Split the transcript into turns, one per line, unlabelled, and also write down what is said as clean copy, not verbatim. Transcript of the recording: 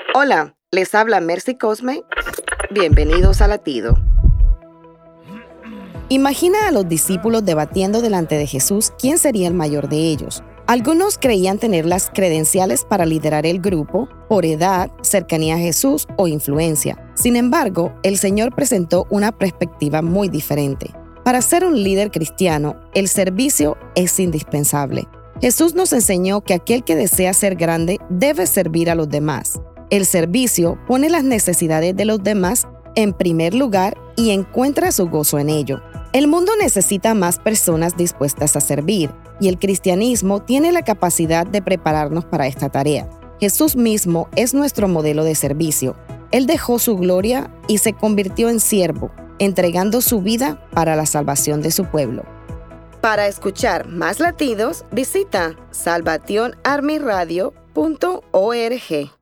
Hola, les habla Mercy Cosme. Bienvenidos a Latido.
Imagina a los discípulos debatiendo delante de Jesús quién sería el mayor de ellos. Algunos creían tener las credenciales para liderar el grupo por edad, cercanía a Jesús o influencia. Sin embargo, el Señor presentó una perspectiva muy diferente. Para ser un líder cristiano, el servicio es indispensable. Jesús nos enseñó que aquel que desea ser grande debe servir a los demás. El servicio pone las necesidades de los demás en primer lugar y encuentra su gozo en ello. El mundo necesita más personas dispuestas a servir, y el cristianismo tiene la capacidad de prepararnos para esta tarea. Jesús mismo es nuestro modelo de servicio. Él dejó su gloria y se convirtió en siervo, entregando su vida para la salvación de su pueblo.
Para escuchar más latidos, visita salvationarmyradio.org.